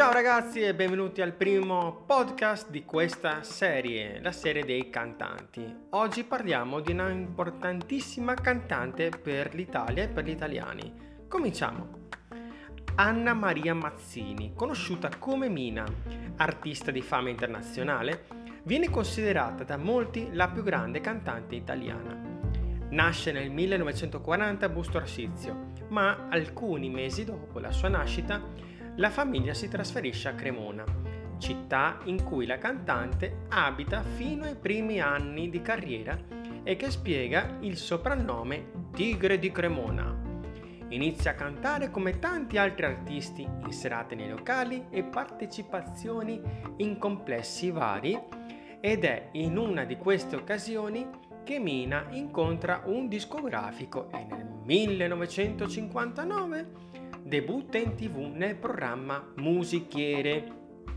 Ciao ragazzi e benvenuti al primo podcast di questa serie, la serie dei cantanti. Oggi parliamo di una importantissima cantante per l'Italia e per gli italiani. Cominciamo. Anna Maria Mazzini, conosciuta come Mina, artista di fama internazionale, viene considerata da molti la più grande cantante italiana. Nasce nel 1940 a Busto Arsizio, ma alcuni mesi dopo la sua nascita la famiglia si trasferisce a Cremona, città in cui la cantante abita fino ai primi anni di carriera e che spiega il soprannome Tigre di Cremona. Inizia a cantare come tanti altri artisti in serate nei locali e partecipazioni in complessi vari, ed è in una di queste occasioni che Mina incontra un discografico e nel 1959 debutta in TV nel programma Musichiere.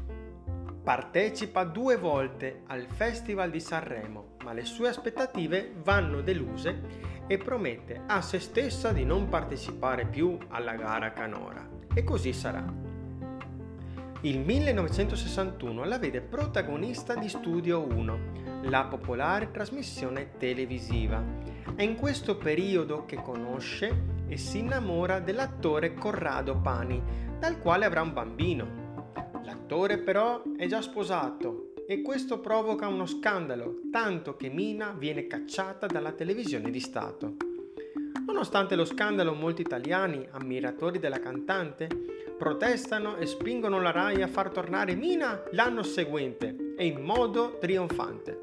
Partecipa 2 volte al Festival di Sanremo, ma le sue aspettative vanno deluse e promette a se stessa di non partecipare più alla gara canora. E così sarà. Il 1961 la vede protagonista di Studio 1, la popolare trasmissione televisiva. È in questo periodo che conosce e si innamora dell'attore Corrado Pani, dal quale avrà un bambino. L'attore però è già sposato e questo provoca uno scandalo, tanto che Mina viene cacciata dalla televisione di Stato. Nonostante lo scandalo, molti italiani, ammiratori della cantante, protestano e spingono la Rai a far tornare Mina l'anno seguente e in modo trionfante.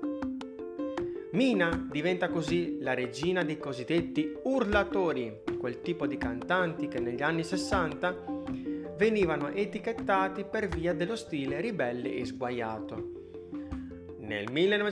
Mina diventa così la regina dei cosiddetti urlatori, quel tipo di cantanti che negli anni 60 venivano etichettati per via dello stile ribelle e sguaiato. Nel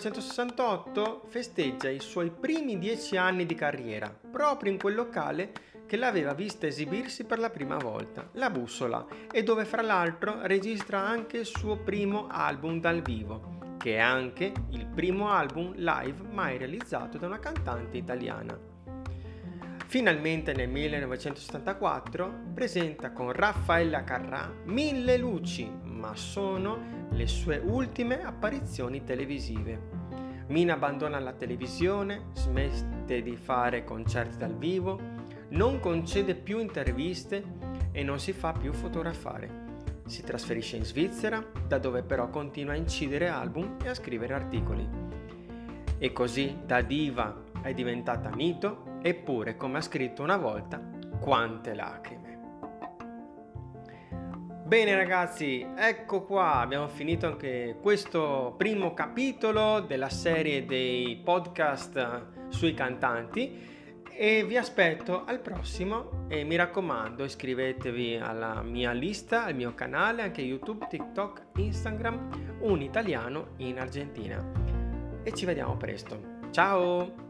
1968 festeggia i suoi primi 10 anni di carriera, proprio in quel locale che l'aveva vista esibirsi per la prima volta, La Bussola, e dove fra l'altro registra anche il suo primo album dal vivo, che è anche il primo album live mai realizzato da una cantante italiana. Finalmente nel 1974 presenta con Raffaella Carrà Mille luci, ma sono le sue ultime apparizioni televisive. Mina abbandona la televisione, smette di fare concerti dal vivo, non concede più interviste e non si fa più fotografare. Si trasferisce in Svizzera, da dove però continua a incidere album e a scrivere articoli. E così da diva è diventata mito, eppure, come ha scritto una volta, quante lacrime. Bene ragazzi, ecco qua, abbiamo finito anche questo primo capitolo della serie dei podcast sui cantanti e vi aspetto al prossimo e mi raccomando iscrivetevi alla mia lista, al mio canale, anche YouTube, TikTok, Instagram, Un Italiano in Argentina. E ci vediamo presto. Ciao!